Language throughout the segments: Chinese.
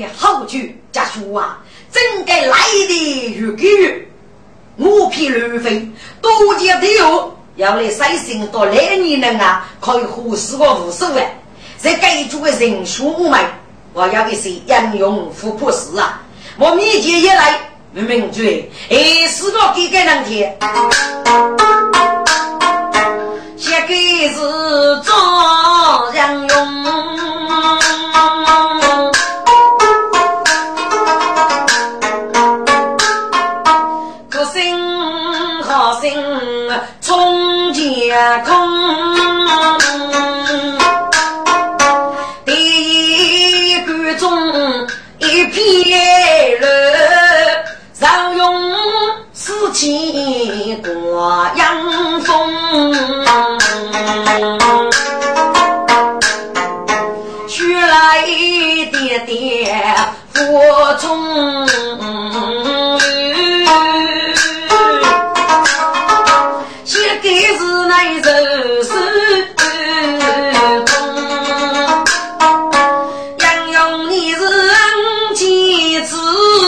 好句家书啊，真该来的越给越，我批乱飞，多节的有要来塞心到来年人啊，可以胡死我无所谓。在该主的人数五枚，我要一些应用富婆事啊，我密集也来明明嘴，四个给人贴。写给是做人用，可心好心冲架空，第一句中一片热，让用四季过阳风，学来一点点佛冲，写给是那人是杨勇你是安吉子，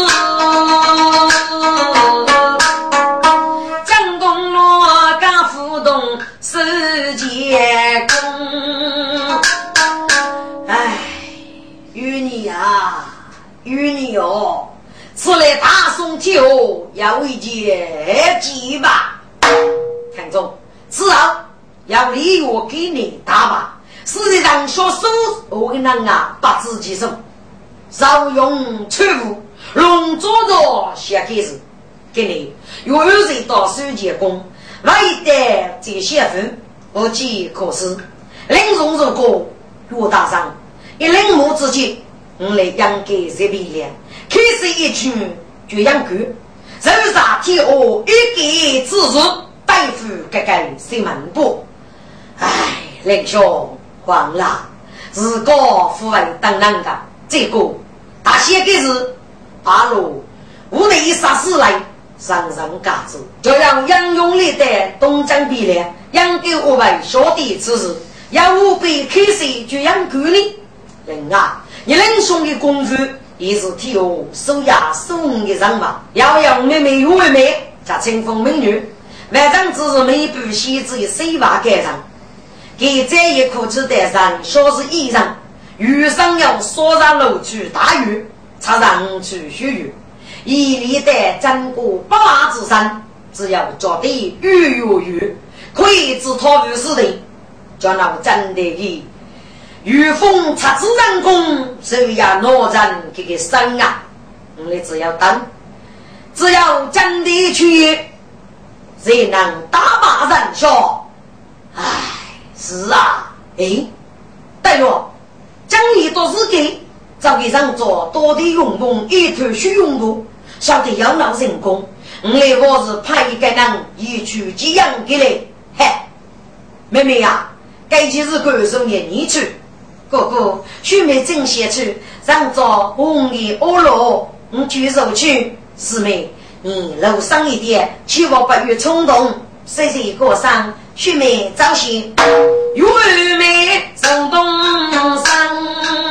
张公罗嘎浮动世界公。哎，与你啊，与你哦，此来大宋酒要为结计吧。看中此后要礼我给你打吧，实际上说手我能啊把自己手少用错误弄做着写开始给你有20到世界工外的这些分我记可是领容如果我打上一领母之际我来养给这边脸开始一句就养狗人啥体我一给自助大夫该该谁门部哎领袖黄了自个父为当然的这个大些个是八路无内杀死来上上嘎子就让杨勇力的东江比例养给我们小弟之事要我被开始就养狗呢人啊你人兄的功夫也是替我手压手的人吧要让妹妹有妹加清风美女外长只是每部戏子谁把盖上给这一口子带上说是衣裳遇上要说上楼去大雨才让去须臾一里的战过8之山只要做的雨有雨可以自托于是的叫那真的一雨风插自然功谁呀诺然给个生啊你只要等只要真的去谁能打马人说唉是啊对了将你都是给早给上做多的用功一头去用功晓得要闹人工你我是派一个人一去这样给你嘿妹妹啊该几日过生年你去哥哥去没正写去让做红的欧罗你举手去师妹你楼上一点去我不越冲动谁谁过上去没早些有没生动上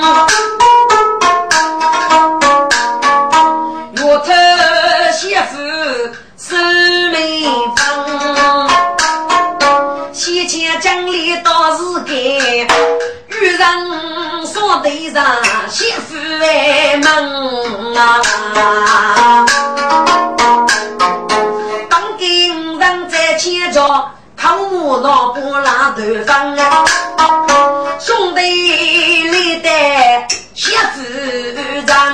我特媳妇是没方西前讲理倒是给遇人说对上媳妇为梦啊当今人在前着靠木老不拉对方啊兄弟里的媳妇长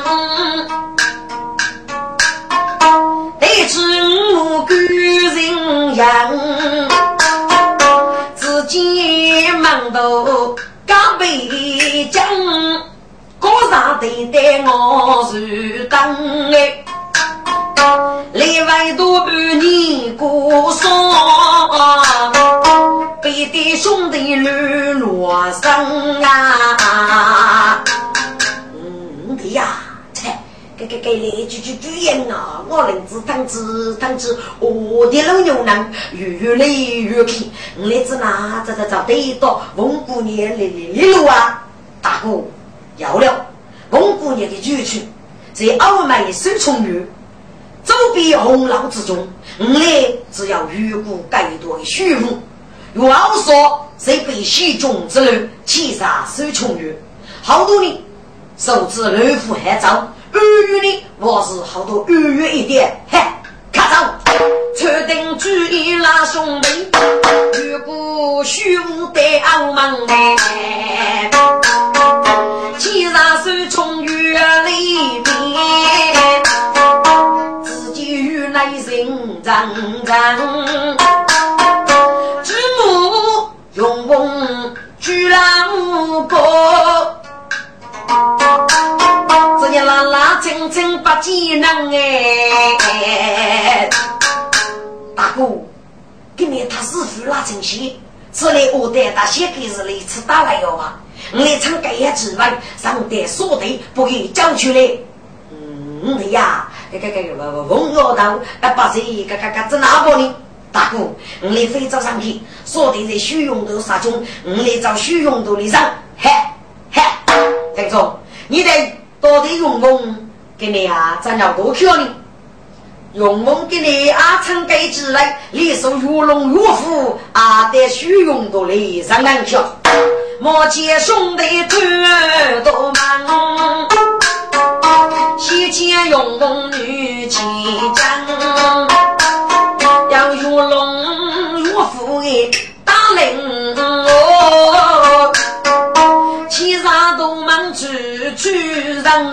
得知我个人样自己忙到刚被讲果然得带我是当哎另外多半年过说被弟兄的绿罗生啊对呀给来就演啊我能知汤汁我的老牛腩越来越皮你知哪找得到文姑娘里路啊大哥要了红姑娘的剧群在澳门水冲鱼周边红楼之中，你只要预估该多的虚无，如要说谁被西中之路气杀水冲鱼，好多呢手指雷府还早二月呢我是好多二月一点嘿看走确定注意拉兄弟预估虚无的澳门气杀水冲鱼里面自己与内心张张之母用功居然无过这年啦啦清清不技能大哥今年他师傅拉清晰这里我带他些给是来吃大来哟啊你唱改也之外上得说的不给交出来呀风摇到把谁嘎在哪个呢大哥你非找上去说的在虚用的杀中你找虚用的里上嘿嘿听众你得多的用功给你啊咱要多漂亮用功给你啊唱改之来你手如龙如虎啊得虚用的里上难跳莫接兄弟推都忙西前用功女气张要如龙如虎大领其他都忙去让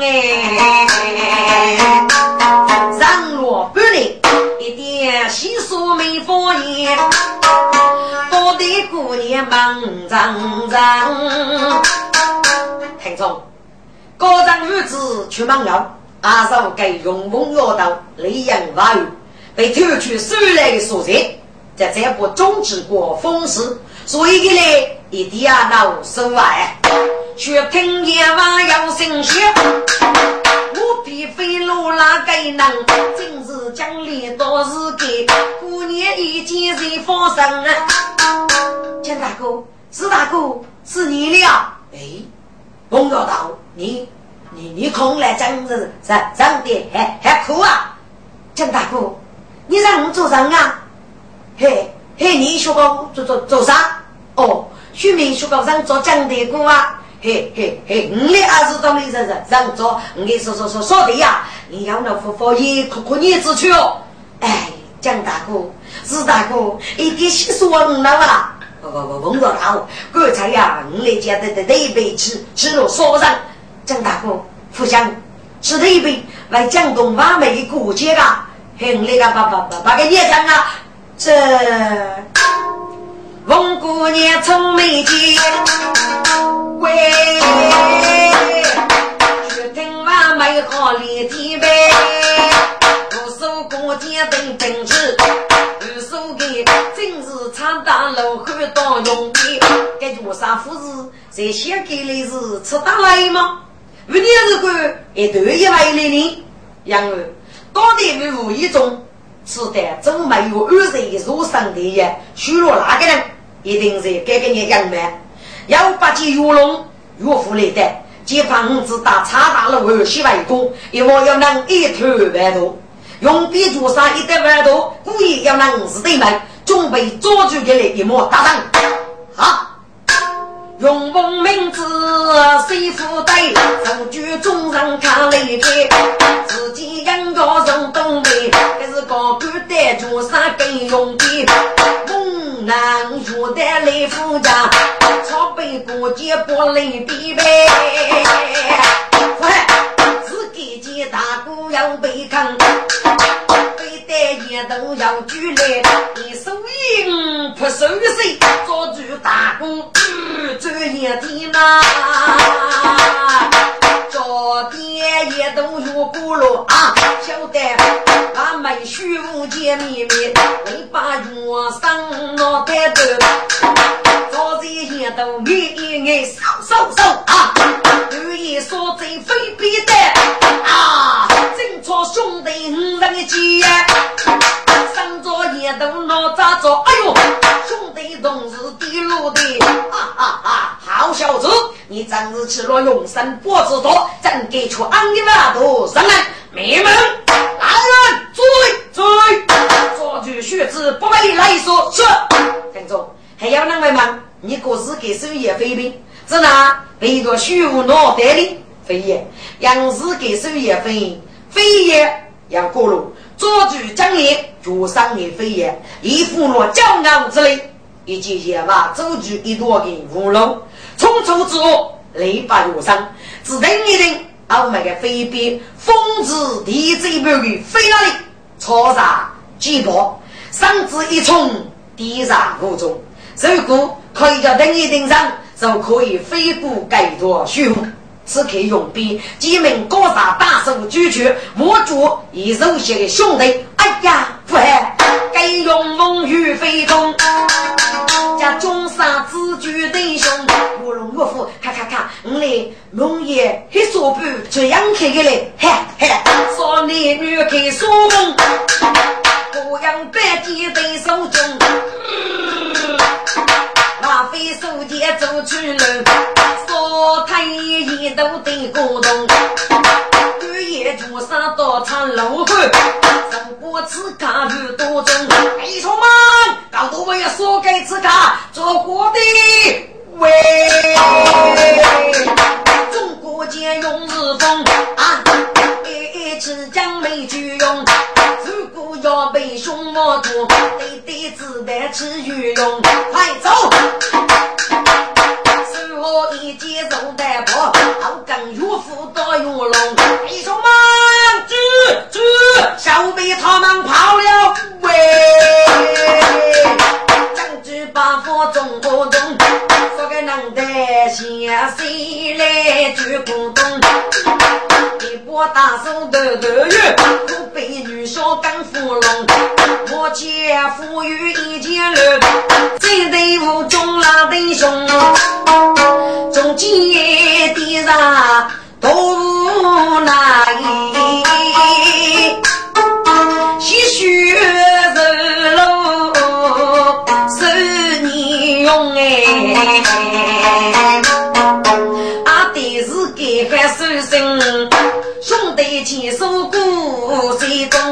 让落不里一点习俗没佛言多的姑娘忙张张听众高张日子去忙了阿嫂给用梦药到雷阳话语被推去水来所在在这部终止过风势所以呢一定要闹手外却听见话要心血我比飞路拉给能今日奖励都是给姑娘一件事发生江大哥是大哥是你了梦要到你空来讲着长得还苦啊江大哥你让我做啥啊嘿你说过做啥哦徐明说过让做江的哥啊嘿你还是当你让做你说的呀你要那佛爷可你之去哦哎江大哥是大哥一点细说了啊梦要到刚才呀你来家的一杯吃了说上江大哥互相吃了一杯来江东完美古街啊嘿你个把个业障啊这翁姑娘从没见喂却听完美好里地呗我手过节等等时有手给今日长大楼很多用的该做啥夫子谁先给的是吃大来吗为你是个一对一来的呢然而到底为无意中是的真没有20岁入上的也虚弱哪个人一定是给你养满要把这游龙岳父来的解放子打插大了我西外公因为要能一头外头用笔主上一点外头故意要能是对门准备做出给你一模打上好用翁名字谁负对手举中上看雷的自己养个人东北还是个古代主上更用的梦南说的雷夫家朝北国界玻璃的呗自己接大姑要被看被带也都要举来你手印不手谁做主大姑这也听呐做爹也都有咕噜啊晓得俺们虚无见秘密你把我上脑袋的做这些都你收啊有一说这非必的啊正错兄弟5人急上桌也都拿扎着哎呦兄弟同是地路的好小子你真是是吃了永生不知道，真给出安的那都上来，灭门来人追，做句血字不为来说是。听众还要那么忙，你可是给手也飞兵，是哪被个虚无脑袋里飞也，杨氏给手也飞也杨过路。做句将也主上也飞也，一副落骄傲之类，一节也把周局一多给无楼，冲出之后雷把有伤，只等一等，我们个飞边风子地这一波的飞那里，超杀击破，上至一冲，地杀无中，如果可以叫等一等上，就可以飞过改多虚无。此刻用兵，几名高杀大手举起，摸住一手写的兄弟，哎呀，不还该用龙与飞中，加中杀自举弟兄，我龙岳父，看，我来龙爷黑手布这样开个嘞，嘿，说你女开说梦，不让白鸡在手中。马飞手节走去了，说太一都得鼓动，日夜主杀到长楼后，中国此卡日多中，哎兄们，搞得我也说给此卡做国的喂，中国借用日风啊，一直将没去用。如果要被熊猫捉，得自带吃鱼用，快走！随后一接走带破，好跟岳父到玉龙，弟兄们，吱，小辈他们跑了喂！将军把火中不动，说个能得下谁来举不动？一波大手的月，不被女小刚芙蓉，我姐夫与一件人，这队伍中拉弟兄，中间地上都难唏嘘人喽，是你用阿弟是给还是生，兄弟牵手过水中。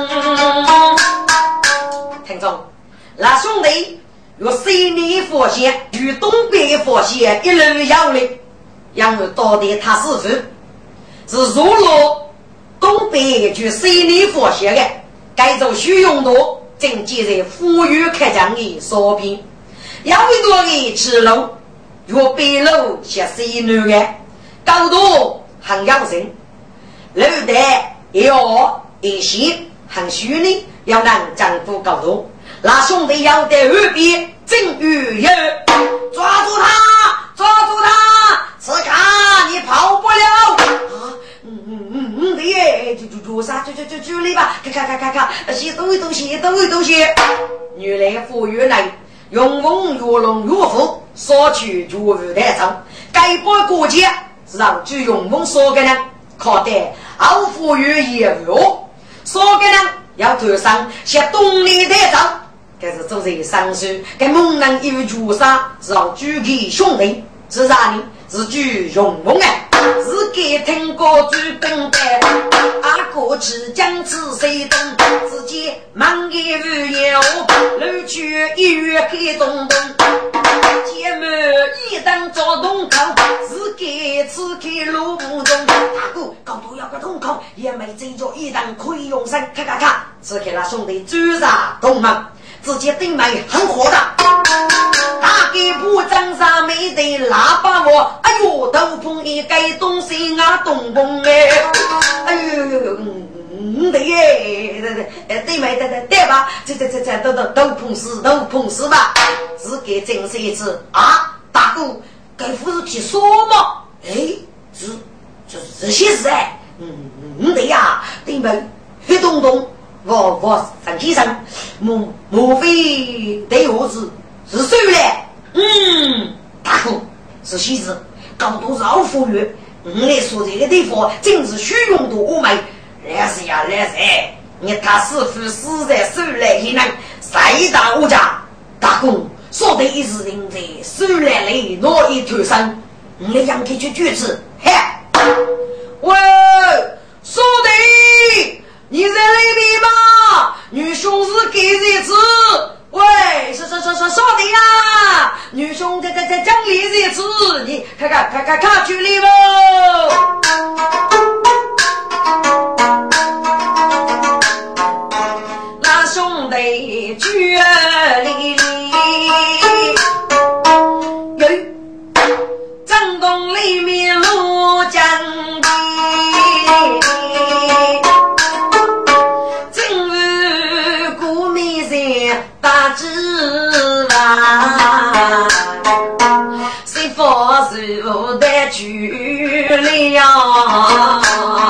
听众，那兄弟有西南佛线与东北佛线一路要领，因为到底他是入了东北去西南佛线的，该走虚用多，正接着富裕开张的烧饼，要一多的吃肉，若北路是西南的，高度很要人，路的要一些很虚呢，要让丈夫高度。那兄弟要在二边正与人抓住他，此卡你跑不了啊！对，就啥就来吧，看，些东西，女来富裕来，用风越龙越富，索取就无带走，该波国家让据用风说给人，靠得好富裕也无，说给人要头上些东里带走。这是做这上书跟猛男一主杀是要举给兄弟是啥呢？是举勇猛哎，是给听过举本的阿哥吃将吃谁动自己忙一日夜楼去一月黑东姐妹一当做东口是给吃给路不中大哥搞到要个东口也没这种一当可以用上看是给他兄弟追杀东门直接定买很火的打给部长上没得喇叭我哎呦斗篷一盖东西啊东风哎呦对耶对没对吧这都碰死吧只给正式一次啊大哥该不是去说吗哎这些事哎对呀对没黑东东我上机上莫非得有是谁嘞大哥是西子高度绕富裕来说这个地方正是虚荣的欧美来是呀来是你他是否死在手来一能谁大物价大公说的一是人在手来来挪一头上你来养给去句子，嘿，喂，说的，你在那边吗？女兄是给日子，喂，说的啦，女兄在讲理日子，你看距离不？那兄弟距离有正东里面路江的，今日古米在大指望，谁佛是我的距离啊？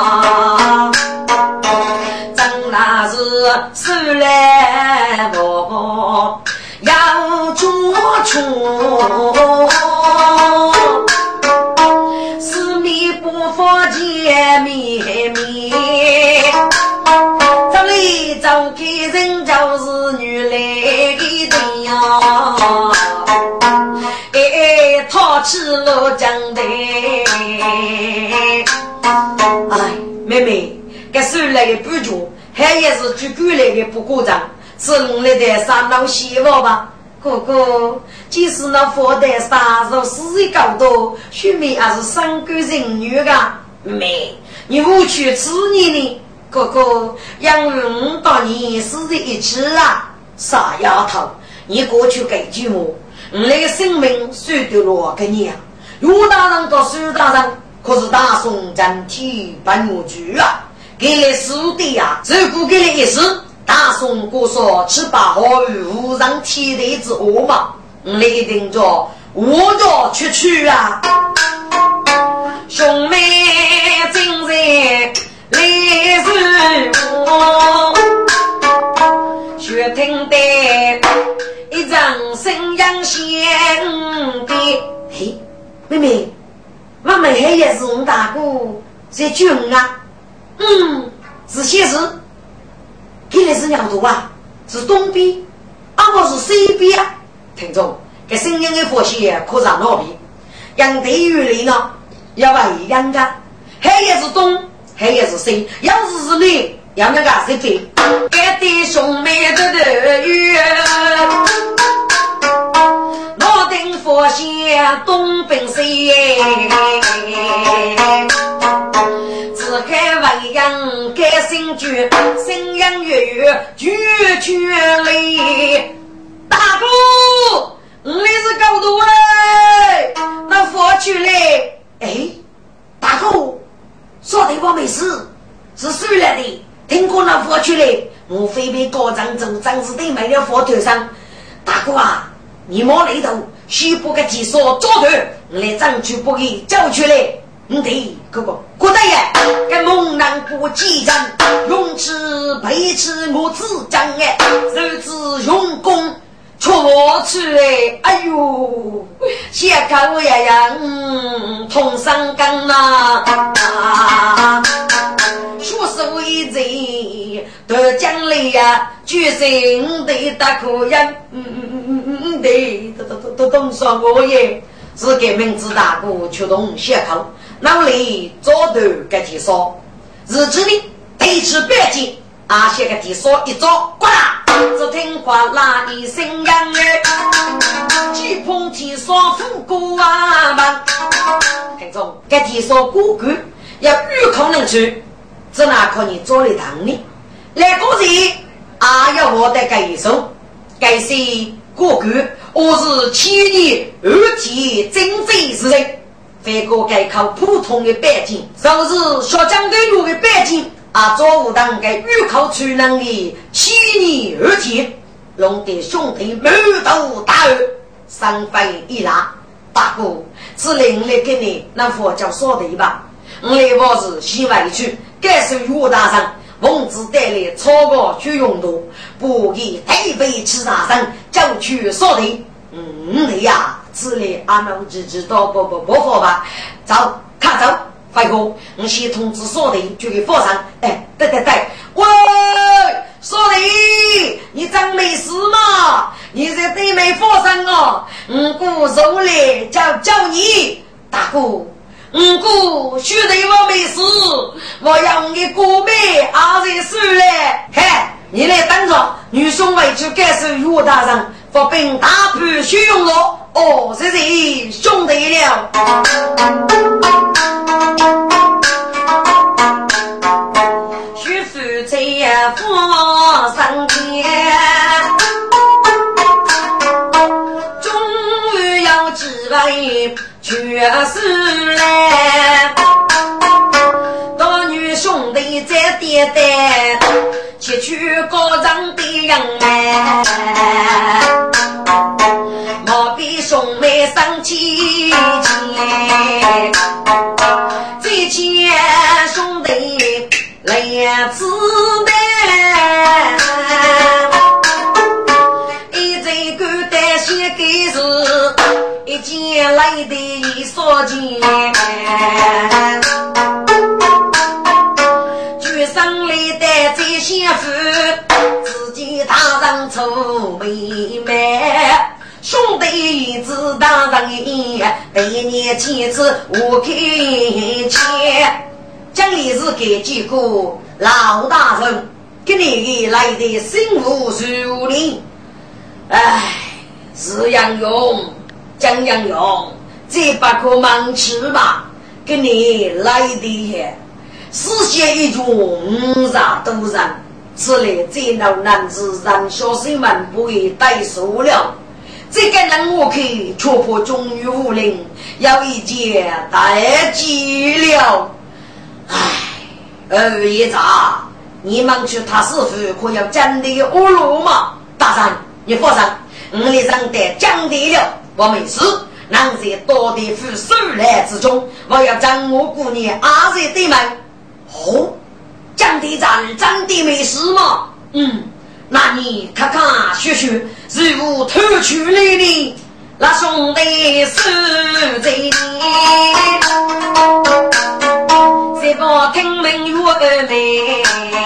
真那是是来我要做出四米不佛见面这里走给人就是女来的呀他吃了讲的哎妹妹这是来的不足还也是去鼓来的不鼓掌是你来的三老希望吧哥哥即使那佛的杀手死一高多许妹还是三个人女的妹你无趣吃你呢哥哥养人到你死的一次啊傻丫头你过去给句我你那个生命谁丢了我给你啊有大人到苏大人可是大宋整体办我局啊给了死的呀只顾给了一时大宋国说吃把好无让体的之恶嘛你一定着我着去啊兄妹今日来日我学听的一张生阳线的嘿妹妹我们黑也是我大哥是军啊是些时给的是鸟头啊是东边我是西边啊听众给声音的佛系可上那边养地域里呢要把一样的黑也是东黑也是西要是你要那个是对给的兄妹的语我定佛系东边西只看外阳给新居新阳月月聚全力大哥你是高度嘞那佛去嘞大哥说的我没事是谁来的听过那佛去嘞莫非被高长走长子对买了佛头上大哥啊你莫雷头须不个技术做头你来争取不给叫去嘞对哥哥古代呀跟猛男不激战用之培之母子将日子用功错我去哎呦谢高呀呀同上岗啊说是为贼得奖励呀决心的大可人对都懂说我也是给名字大哥出动谢口脑里左头给提说日子里对吃别急写个提说一做呱啦只听话啦一声扬举碰提说富过man听众给提说姑姑要预考能去这哪可你做了堂呢来个人要我的改手改是姑姑我是7年2级经济之人非过该靠普通的背景就是小江对路的背景做武当该预考出能力7年2级弄得兄弟满头大耳三分一拉大哥是领来给你那佛教说的吧我是西外去该是岳大上文字带来超过去用途不给台北吃大山就去说的你呀此类阿毛知道不佛吧走看走快过你先通知说的就给佛上对喂说的你真没事吗你在对面佛上不手嘞叫你大哥，哥学的我没事，我要你过辈儿子死了。嘿，你来等着，女兄为去感受岳大人，发兵大盘虚用了。哦，这是兄弟了。许夫妻佛上天，终于要知为确实来。多女兄弟在跌跌，去去高涨的人们。莫比兄妹生气切，最前兄弟来自的，一这个的写给是一件来的一所见，举上来的这些夫自己打上臭妹妹。兄弟子大人一百年妻子我看见，将你是给几个老大人给你来的幸福树林。哎，是杨勇江杨勇，这把个忙吃吧，给你来的世界一种啥都然，此类这老男子让小生们不会带数了。这个人我可以戳破终于无灵，要一件代机了。唉，二爷长，你们去他师傅可要讲的恶路吗？大人，你放心，我们让得讲的了，我没事。让在多的副手来之中，我要掌握姑娘阿姐的门。哦，讲的咱真的没事吗？那你看看学学如无偷取来的那兄弟是贼谁不听闻有二妹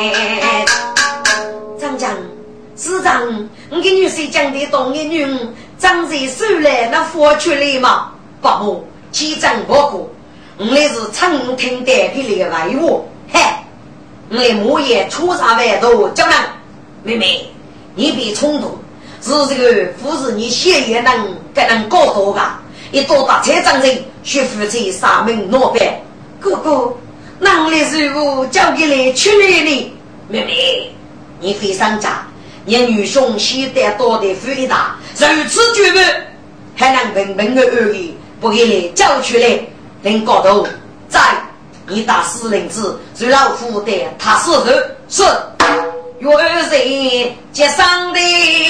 张张师长，我给女婿讲的懂一女张贼手来那佛出来嘛爸母其张不过我那是常听的给你来我嘿我母爷出啥外头叫人妹妹，你别冲动，是这个不是你血也能跟人搞多吧？一多大车长人，学夫妻三名诺贝。哥哥，能力事务交给你去哪里？妹妹，你非常渣，你女兄携带多的肥大，如此绝不，还能笨笨的而已，不给你交出来，能搞头在你打死人子，随老夫的他是何是？有人接上的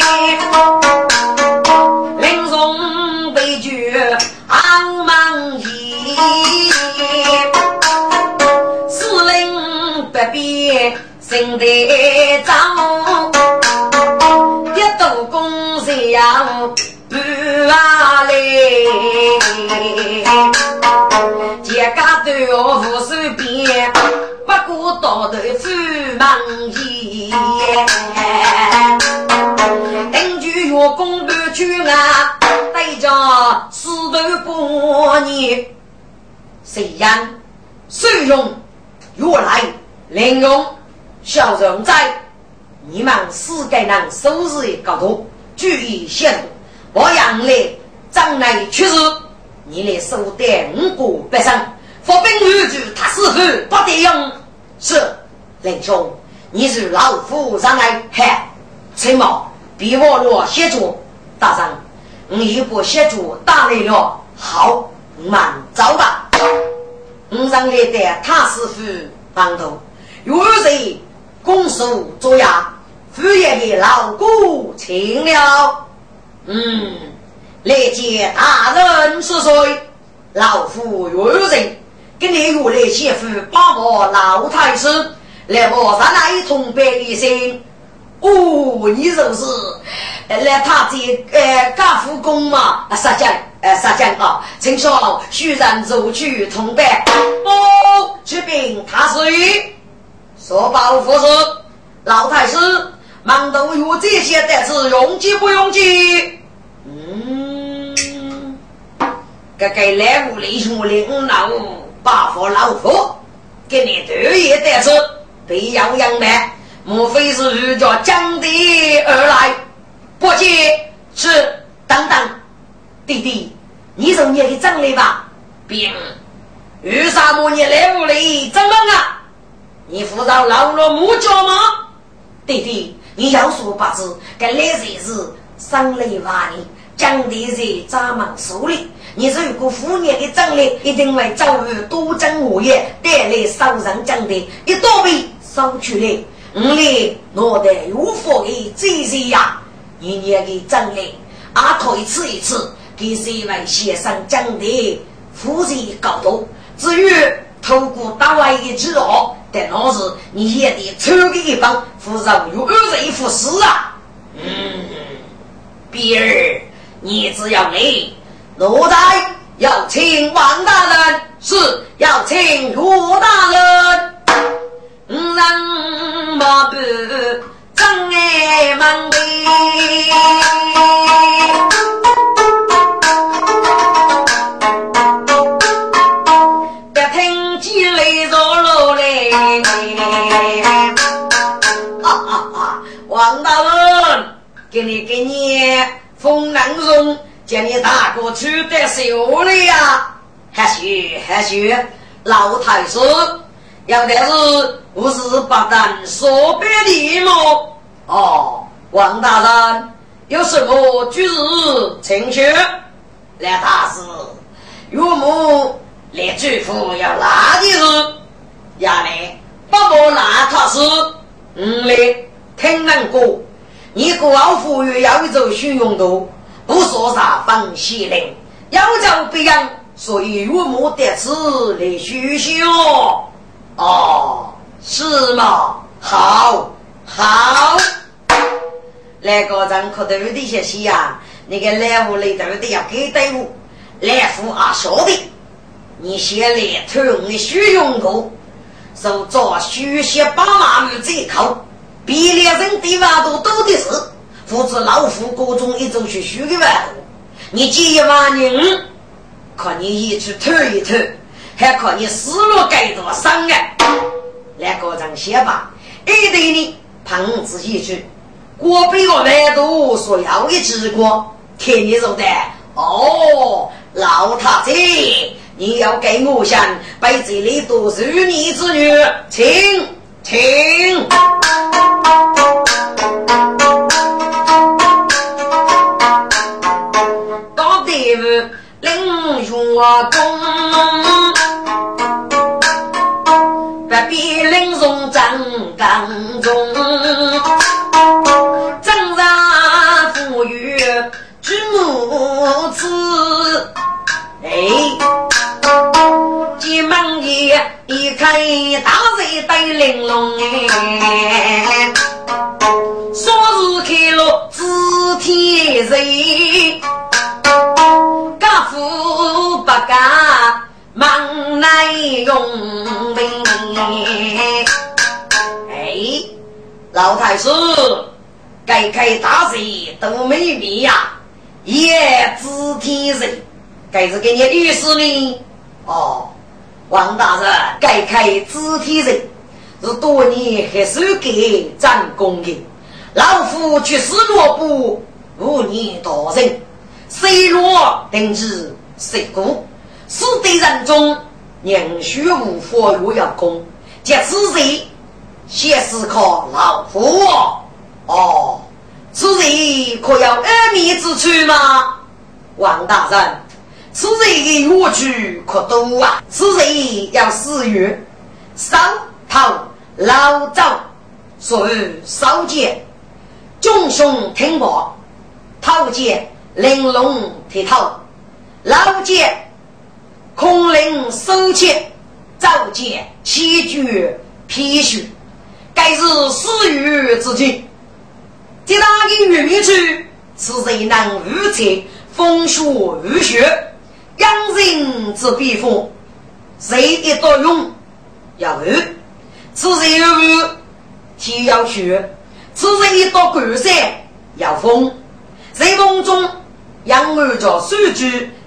临终悲剧傲慢意死人不必心得早一斗公司要不啊嘞这个对我不是别不顾道德富忙意根据月公的去啊带着石头过年谁让谁用越来玲珑小人在你们四个人收拾搞头注意限度我养来将来去世你来收点五个百姓佛兵女主他师傅不得用是领兄你是老夫上来嘿陈某比我若协助大人你一步协助大累了好我们走吧我上来的他师傅帮头有谁拱手作牙夫爷的老姑请了来接大人是谁老夫有人跟你有来媳妇把我老太师来我上来同辈一声哦你就是来他这干夫公嘛撒将啊请说虚然走去同辈哦这边他是说报佛师老太师忙都有这些但是用计不用计这个来屋里兄弟老把佛老夫给你对也得是被养养的，莫非是日叫江地而来？不接是等等，弟弟，你从你的正理吧，并与啥么你来屋里怎么啊？你扶着老罗木脚吗？弟弟，你有所不知，跟来谁是生雷瓦尼，江地是扎满手里。你如果妇女的正理一定会遭遇多争无业，带来烧人江地，一多被烧去了。你我的有佛的这些呀，你的正理啊，可以吃一次，给谁为先生江地夫妻高度。至于透过单位的指导，但那是你也得抽个一方，扶上有21副诗啊。比尔，你只要你。奴才要请王大人，是要请罗大人。让马步正爱忙的，别听鸡肋肉肉嘞。王大人，给你风南荣。叫你大哥去得手了呀！还许老太师要的是不是把咱说别的吗？哦，王大人有什么举事请去？来大师，岳母来祝福要拿的是呀嘞，不过拿他是嘞，听难过，你国王富裕要一走虚用度。不说啥放西令，要叫别样，所以岳母得此来许修。哦，是吗？好，那个人可对的些西呀，那个来屋里对的要给队伍，来福啊说的，你先来偷你许用过，手做许些把马与这口，比猎人地方都多的是。扶持老夫国中一周去许个外头，你几万人，看你一去偷一偷，还看你失落该多伤害。来个人写吧，一对你胖子一去，我比我来多所要的结果，听你说的哦，老太子，你要给我想被这里多是你之女，请。领月宫，不必领从正当中，正然富裕举母子，急忙一开大嘴带玲珑说是开了自体人家父不敢忙来用兵老太师该开大嘴都没米呀，也自体人该是给你律师呢。哦，王大人该开自体人是多年还是给战功的，老夫去失落不无你多人，谁落定知谁故，死的人中宁虚无佛有要功，这此谁先思考老夫哦，此人可有阿弥之处吗？王大人，此人的我去可多啊，此人要4月烧头老早，所以烧节众兄听报，头节玲珑剃头，老节空灵收切，早节七绝批许，该是4月之际。这大的玉米区是谁能预测风雪雨雪，养人之必风，谁一多用要雨，此人有雨天要雪，此人一多管山要风，在风中养儿着数据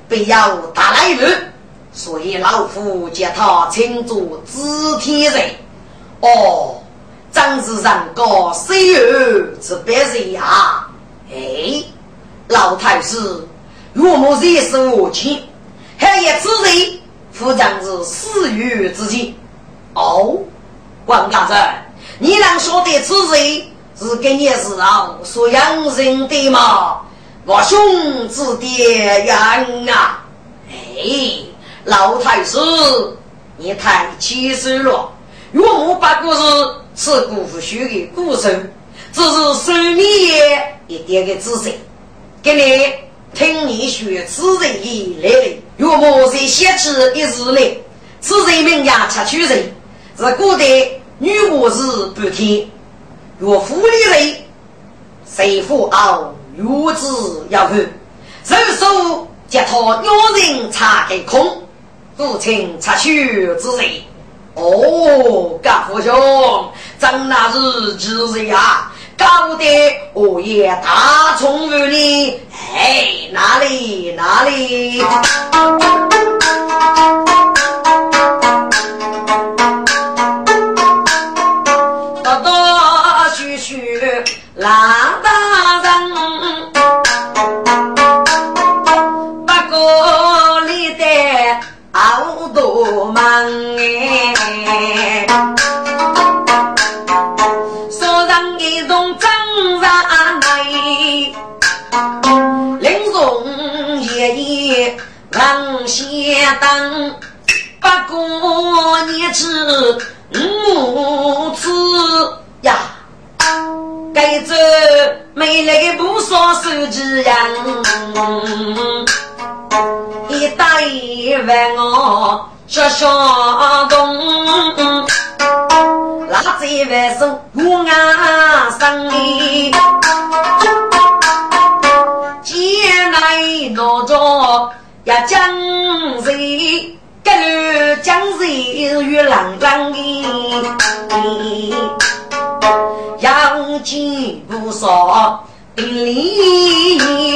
必要打来人，所以老夫叫他称作知天人。哦，张子上个谁儿之别人呀？哎，老太师，若莫这是我亲，还也知人夫长是死于之际。哦，王大人，你能说的此人是给你是所养人的吗？我兄子爹养啊！哎，老太师，你太气死了！岳母把故事是姑父学的故事，只是手里一点个知识，给你听你学此人一来的。岳母在写起一日来，此人名呀恰取人，是古代女武士不听，岳父的人谁父傲如子要喝，手手将他女人查给空，父亲查取之人。哦，家父兄，张那日之日啊，搞得我也大宠于你。哎，哪里哪里？多多许许拉大人，不过你的好多忙哎，说让一种张然来，林中爷爷往下当，不过你知母子呀，该这没来不说手指样，一打一万我说说动，拉这万手我啊生意，接来拿着呀将谁个路将谁越浪浪的，要进不少里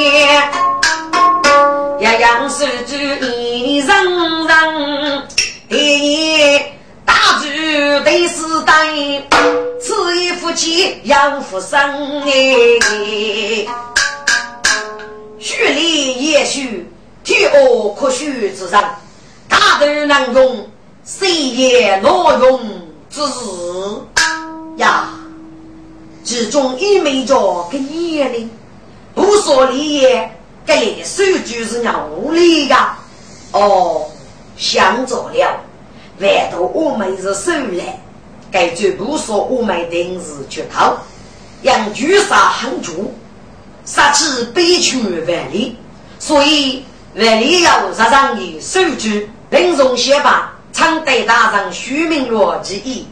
呀杨氏之一人人第大主第四代，此一夫妻要夫生哎，蓄力也许体恶可许之上，大德能用谁也挪用之呀，之中一没着个年龄不说理也给数据是鸟力呀。哦，想走了外头我们是收来该最不说我们定是去逃养居杀很足杀气悲屈万里，所以万里要杀上的数据林中写吧常对大上虚名弱之意，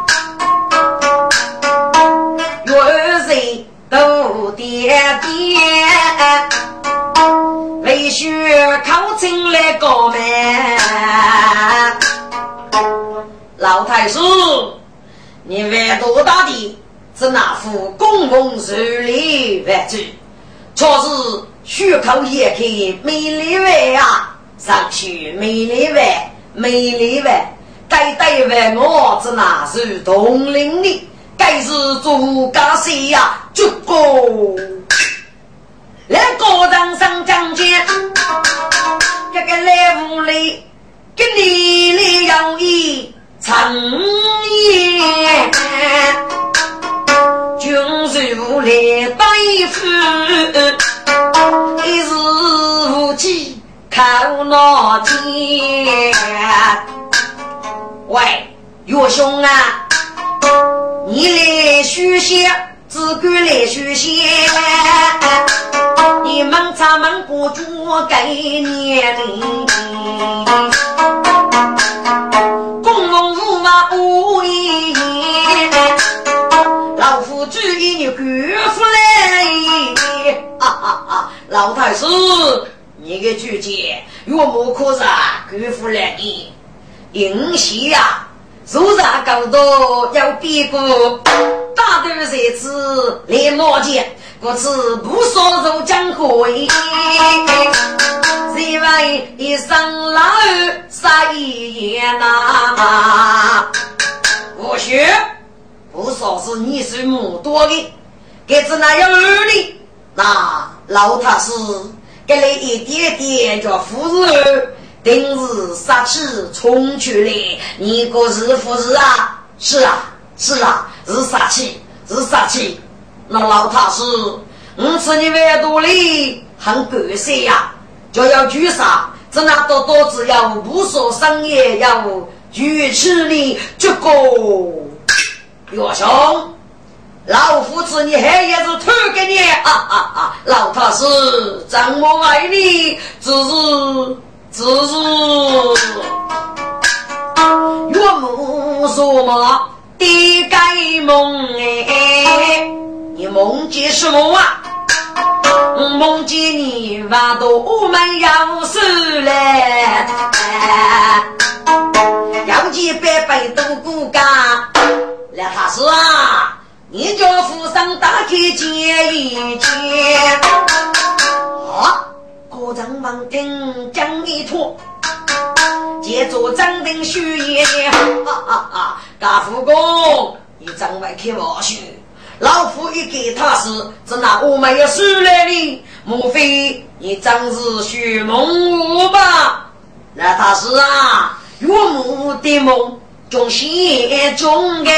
若谁都跌跌为学考进来个门，老太师，你为多大的只拿副公共手里为主，确实虚口也可以美丽为啊，上去美丽为美丽为，该对为我只拿是同龄的，该是做家事呀，足够。来个人上讲解，这个来屋里跟你里有一长夜，军事屋里对付，一时无计靠脑筋。喂，岳兄啊，你来续写，自个来续写。你们咱们不住给年龄，公龙无马无义，老夫注意你辜负来，老太师，你个拒绝，岳母可是辜负了你，迎喜呀，手上搞到要比过。大头谁知连落见故此不说入江湖，因为一生老杀一言呐。或许不说是你是母多的，给子那有儿的，那老太师给你一点点叫夫人，定日杀气冲去了，你个是夫人啊？是啊，是啊，是杀气，是杀气。那老太师，吃你外肚里很狗血呀，就要举杀，这那多多只要不说商业，要举吃你这个岳兄，老夫子你还也是偷给你老太师怎么爱你，只是岳母说嘛的该梦你梦见什么啊？梦见你娃都没有事了，要几百倍都不干。那他说啊，你叫府上打开接一接。国丈王听讲一托，接着张定虚言，大夫公，你张外开我去。老夫一给他是这那我没有事来的，莫非你真是虚梦我吧？那他是啊，岳母的梦中心中的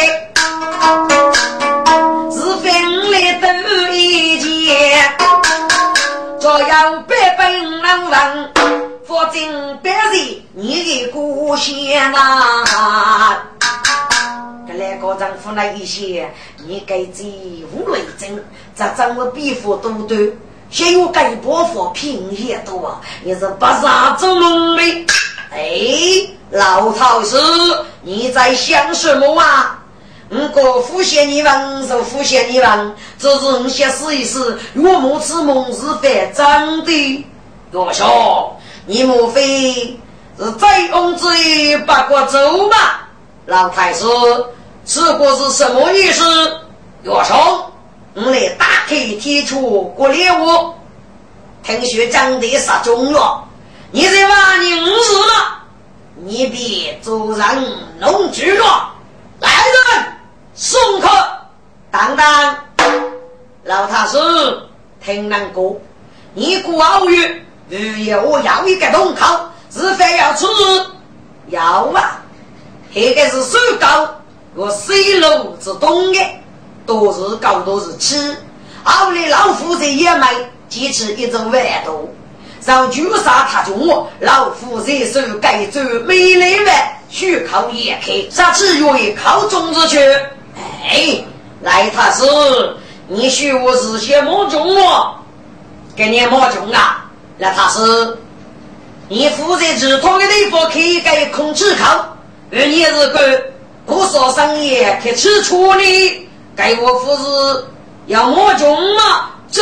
是分来的一件，就要百本能人否则别人你的故乡啊。来个丈夫那一些你给自无为真，这怎么比佛多多先有给伯父平也多，你是不啥子梦的？老头子你在想什么啊？我敷衍你问就敷衍你问，这是你先试一试，岳母之梦是非真的。岳兄，你莫非是醉翁之意不过粥吧？老太师这个是什么意思？岳兄，我来打开提出过猎物，听说长得杀中了，你在挖你50了，你别做人弄局了。来人，送客。当当，老太师听难过，你过奥运，我要一个洞口，是非要吃，要啊，这个是手高。我水路之东的都是高都是吃，后来老夫子也买几次一种外头，让举杀他中我老夫子手改走没来外去考也开杀次愿意考中之去。来他是你许我是些魔中我给你魔中啊，来他是你负责指头的地方可以给空气考，而你是个不说商业可吃处理，给我父子要魔中嘛？这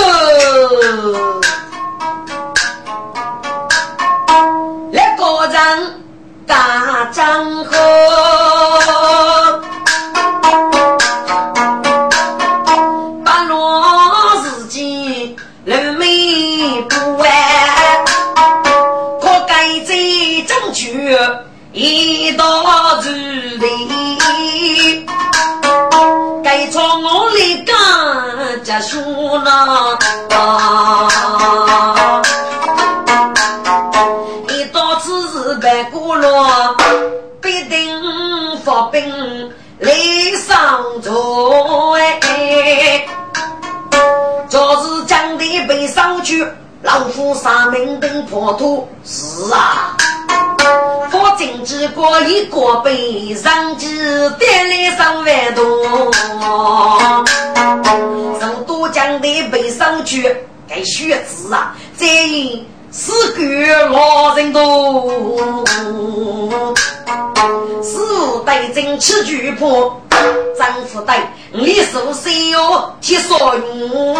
来个人大张口，把罗自己人没不完，可该在争取一道之地，该从我里干家书呢，一道之白骨落，必定发兵来上座就是将的被上去，老夫杀命定破土，是啊。佛经之过一过被上至点来上万多，上都将的被上去该学子啊，这一四个老人多，师傅带进吃举破，丈夫带你手谁哟提所用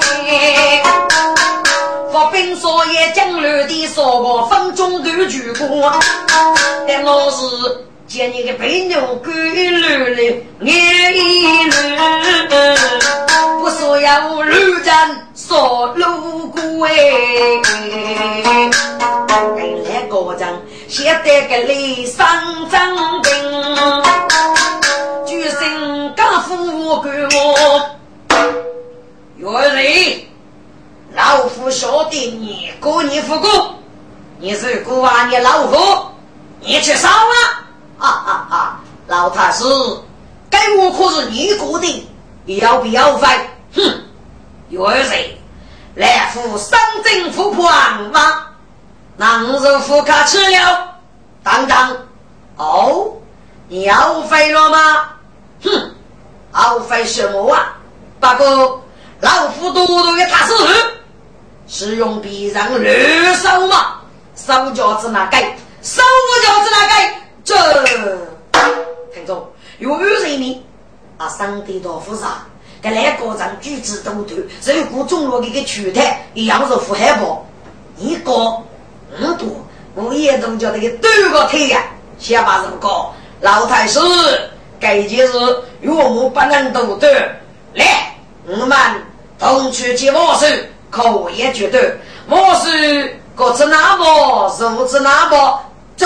佛兵所也将绿的说过风中的举过，但老是见你个白牛归绿的眼一绿，不说要绿家说路过哎，跟来个人写得个里上张兵，举身刚富给我，有人老夫晓得你过你不过，你是过啊你老夫，你去烧啊！老太师，该我可是你过的，要不要费？哼，有人来赴上政府判吗？能是副卡吃了？当当，哦，你要费了吗？哼，要费什么啊？不过老夫多多给他试试，是用必让绿手吗？手脚子哪改？手脚子哪改？这听众有人民啊，上帝多复杂。跟来个人举止都对，所以古中落的个躯体一样是富海宝，一个多，我也都叫那个多个腿呀，先把这么高。老太师，该件事与我们不能都对，来，我们同去接我事，口也绝对，我事各自拿包，手指拿包，这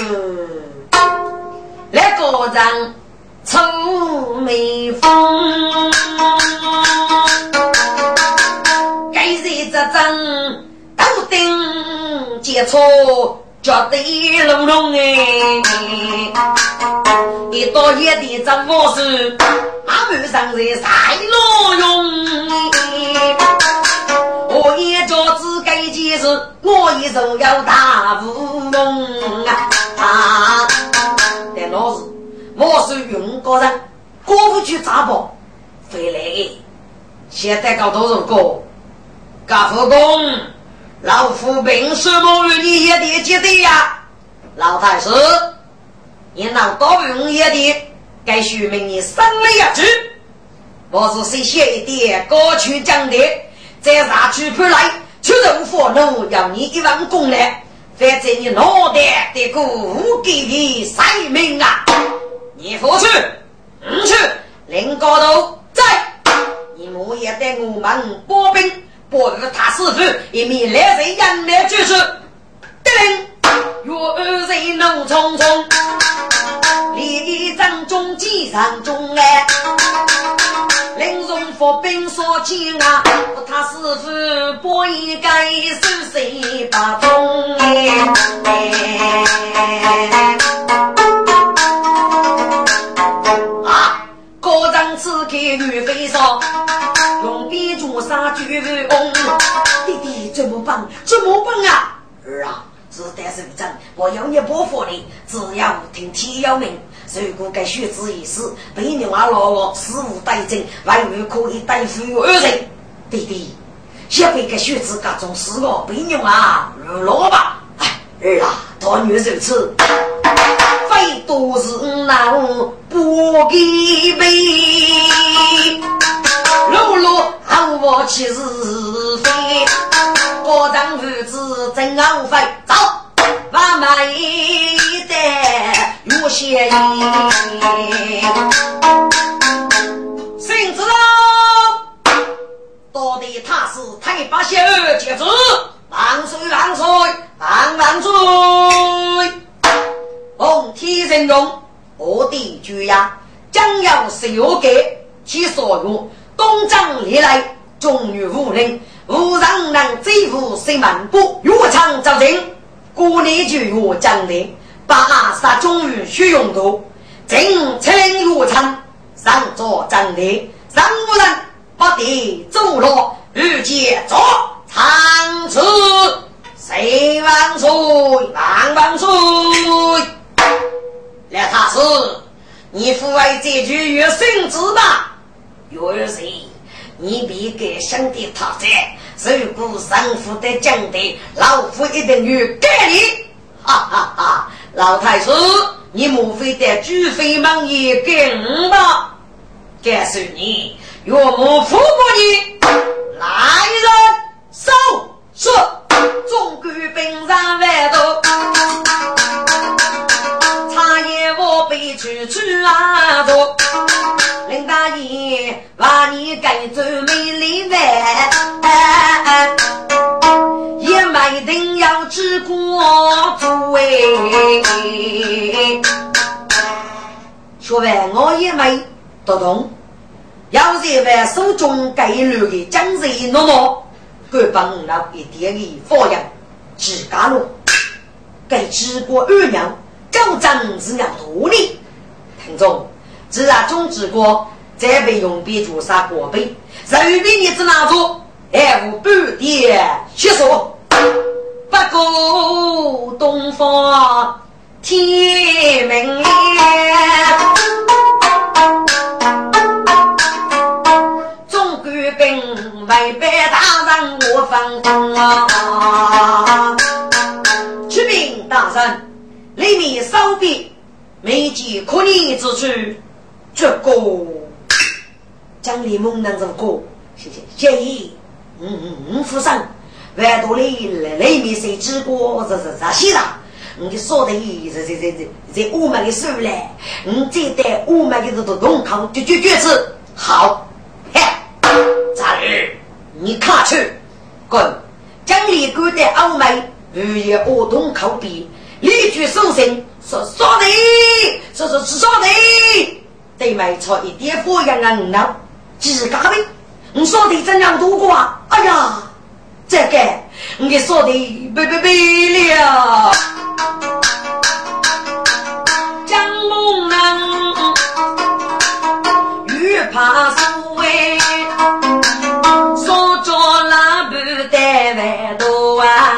来个人。愁眉风，该日这阵斗顶接触，觉得隆隆哎，一到夜的这模式，阿妹上在晒罗用，我也觉自该件事，我一手要大乌龙啊！但老师。我是用个人过不去砸包回来现在搞多少个嘎夫公老夫兵是某日你也得接对呀老太师你能多用也得该许明你三类呀去我是谁写一点歌曲讲的再拿去出来出人佛怒要你一万公来反正你脑袋的股给你塞命啊你不去去领高头在你母也带我们拨兵拨个他师傅一米来人人来就是叮若二人能匆匆立正中计上中来领中佛兵说起啊他师傅拨一该是谁把风个人此刻女飞上用笔注杀巨翁弟弟怎么办啊儿啊自带手证我有你不服你只要听天要命如果该学子一事被你娃老我死无带证外语可以带付二人弟弟先被该学子各种事我被你娃老吧儿啊多女如此非都是那不给背露露好我其实非我当日子真昂费走妈妈一代有些意谁知道到底他是太把些儿节子万岁万岁万岁红天人容我的居呀将要是有给其所用东张历来终于无人无让能追负谁满布如常招人故里就有将领把杀终于需用途正称如常上座将领上无人不得走落日节坐长此谁万岁万岁来他是你父爱这句越圣旨吧有谁你比给兄弟讨债如果上父的讲的老夫一定与给你哈哈哈老太师你莫非的举非忙也给我吧告诉你若莫服过你来人收是中国兵上外头茶叶我被去啊走林大爷把你改做美丽的，也没定要治国主哎。说完我也没得懂，要是在手中改路的江水那么各帮了一点的发扬自家路给治国2年高涨是要独立听众自然中治国再被用别主杀国杯人比你只拿住无半点学说不过东方天明亮中国兵违背大人我放风啊去兵大人里面烧笔没几可你之处这个将李梦能这个谢谢建议扶上外头里里面谁知过这些啦你说的这我们的事嘞你这代我们的都弄考就决子好嘿咋日你看去滚将李哥的欧美日夜活动考比立举受刑说的说的对买错一点不一样啊你呢只嘎呗你说的怎样度过啊哎呀这个你说的别了江梦能越怕输哎说着那不得外头啊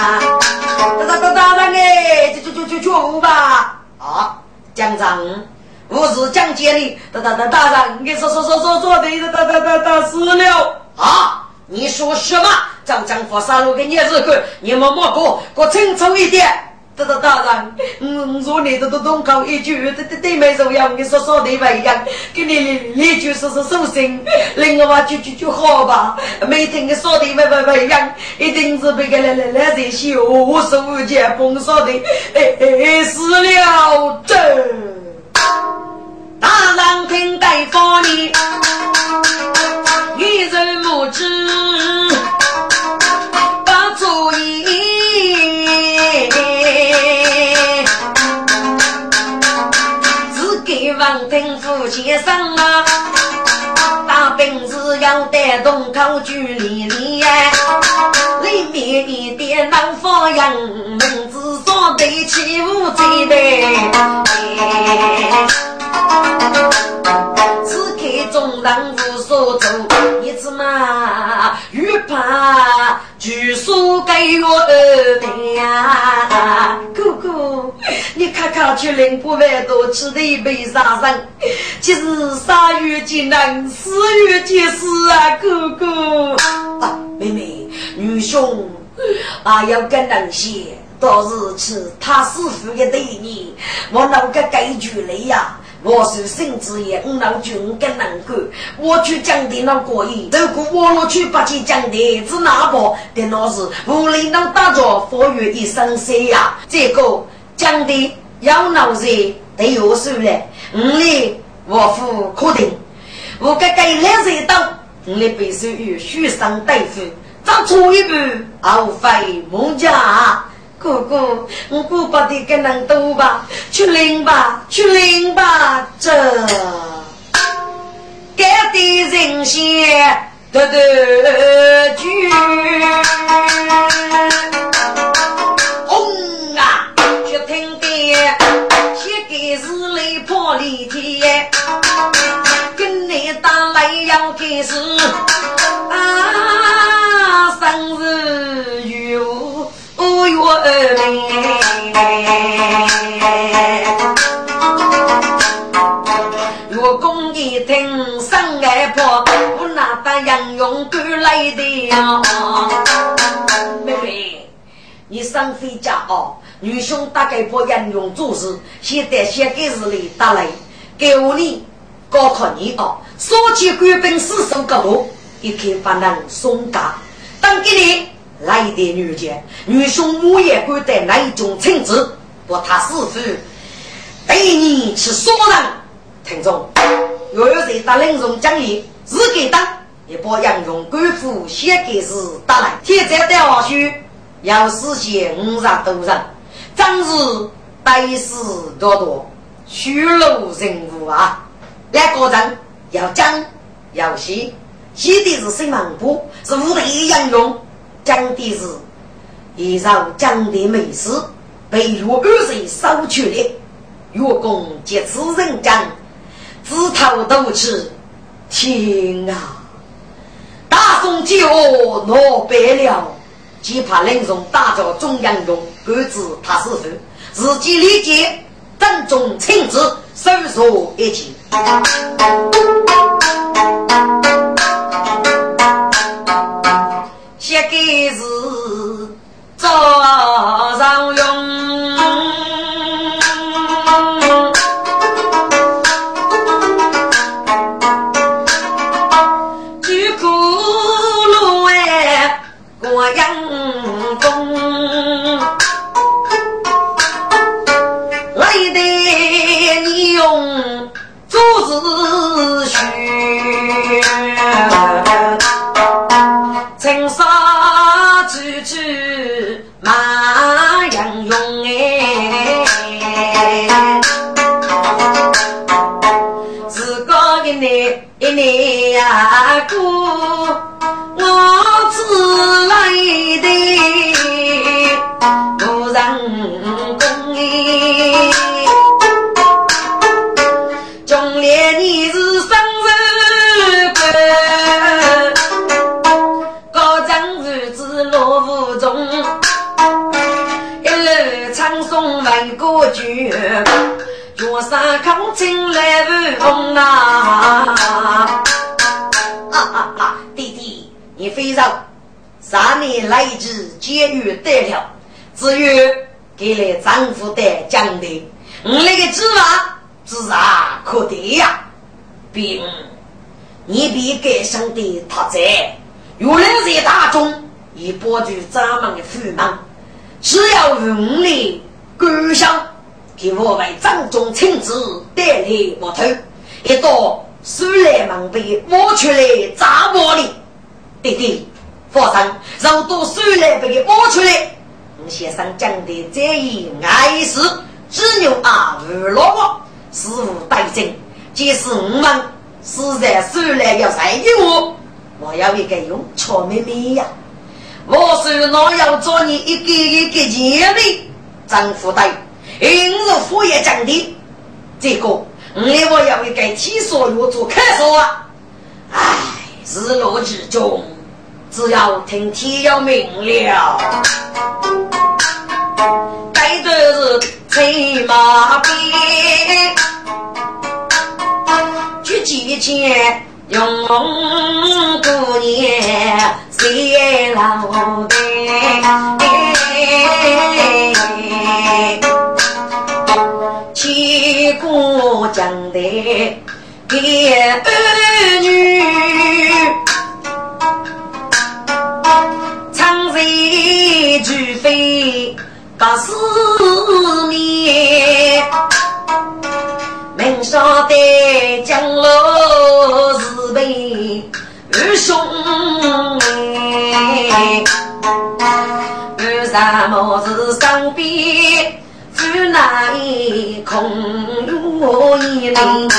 大人哎就吧啊江长我是江经理大人你说的死了啊你说什么张佛杀戮给你这个你们莫给我清楚一点大人说你的东考一句对没重要你说的不一样给你就是受刑另外就好吧没听你说的不一样一定是被来这些我手接风说的死了这大人听待说你一人不知把主意只给王庭夫妻上啊大病是要带动考距离里里面一点老佛样名字说对起无罪的此刻众人无所走一次嘛越怕据说给我的呀姑姑你看看去领不外多吃的一杯杀生其实杀月竟然死月即死啊姑姑啊妹妹女兄要跟人些都是吃他师傅的对你我那个改句了呀我是甚至也老君跟难过我去讲的那过瘾如果我去把去讲的只拿包的那是无理能打着佛语一生谁呀这个讲的要闹热得有数了你我夫可定我该来热到你必须与虚上大夫再出一步熬费梦家哥哥我不把的跟人斗吧去领吧这给的人些的句啊去听的写给日里破里天跟你打来要开始啊生日有我若公一听生爱婆我拿把杨勇过来的呀妹妹你上飞家女兄大概把杨勇做事现在写给日里打来给我你高考你说起官兵4手高度一开把人松嘎当给你来的女姐女兄母也会带哪一种亲子我他师父对你是说人听众有谁打领中奖励自给当也不杨用官府写给是打来贴在吊须要实现50多人张日白事多多虚露人物啊两个人要讲要写写的是新闻部是无的杨用讲的是依照讲的美事被若二岁收取的月供借此人讲自讨斗吃天啊大宋饥饿挪北了既怕领中大叫中央用各自他是否自己理解正中亲自收索一起写给是早上用举苦路哎过阳风来的你用竹子须青纱句句马样用自个一年呀过我自来的不让公中年你是生日过高张日子落无中一路唱诵万歌剧脚上扛进来不红弟弟你非常3年来之节约得了至于给了丈夫的奖励那个芝麻自然可得呀并你比给上的他在有人在大众以博取咱们的富忙只要用力归上给我们掌中亲自带来我头一到虽然忙被挖出来砸玻璃弟弟佛上肉都虽然被挖出来先生讲的这一爱是只有无落事无待证即使我们实在虽然要裁给我要一个用错妹妹呀我是我要做你一个姐妹丈夫的因为父也讲的这个我要一个提所有做开说啊日落之中只要听天要明了该的是催马鞭去几千用过年谁老的七姑讲的给儿女长贼俱非80年门上的江楼是被二兄二三毛子上边夫那一空如一灵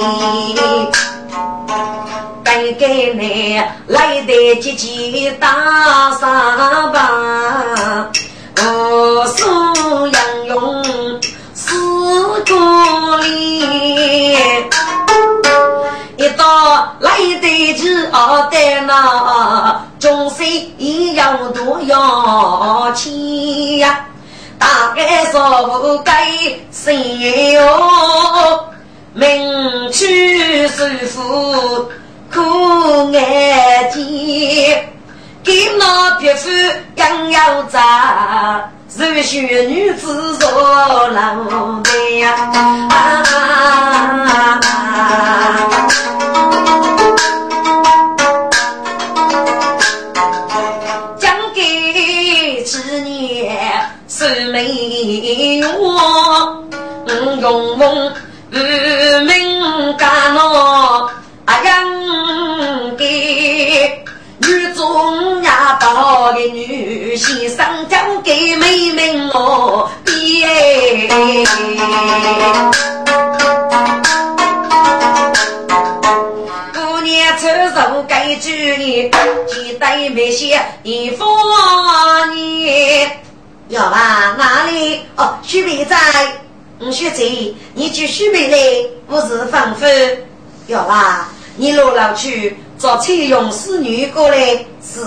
该给你来的姐姐大沙巴我素养用4公里一到来的只好的那中西一样都要钱呀大概说不该谁哟名去师傅苦爱甜给那别夫刚要砸热血女子做老的呀讲给之年是没有用梦无名干咯句你记得没些一方你要吧哪里哦许备在学姐你去许备嘞不是放风要吧你落老去做起勇士女过来是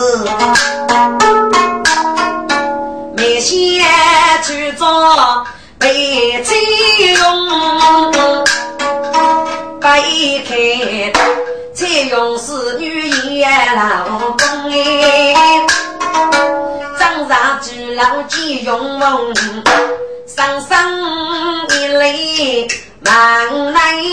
没些去做被起用白开这勇士女也老公哎张啥只老几勇猛上上一类忙来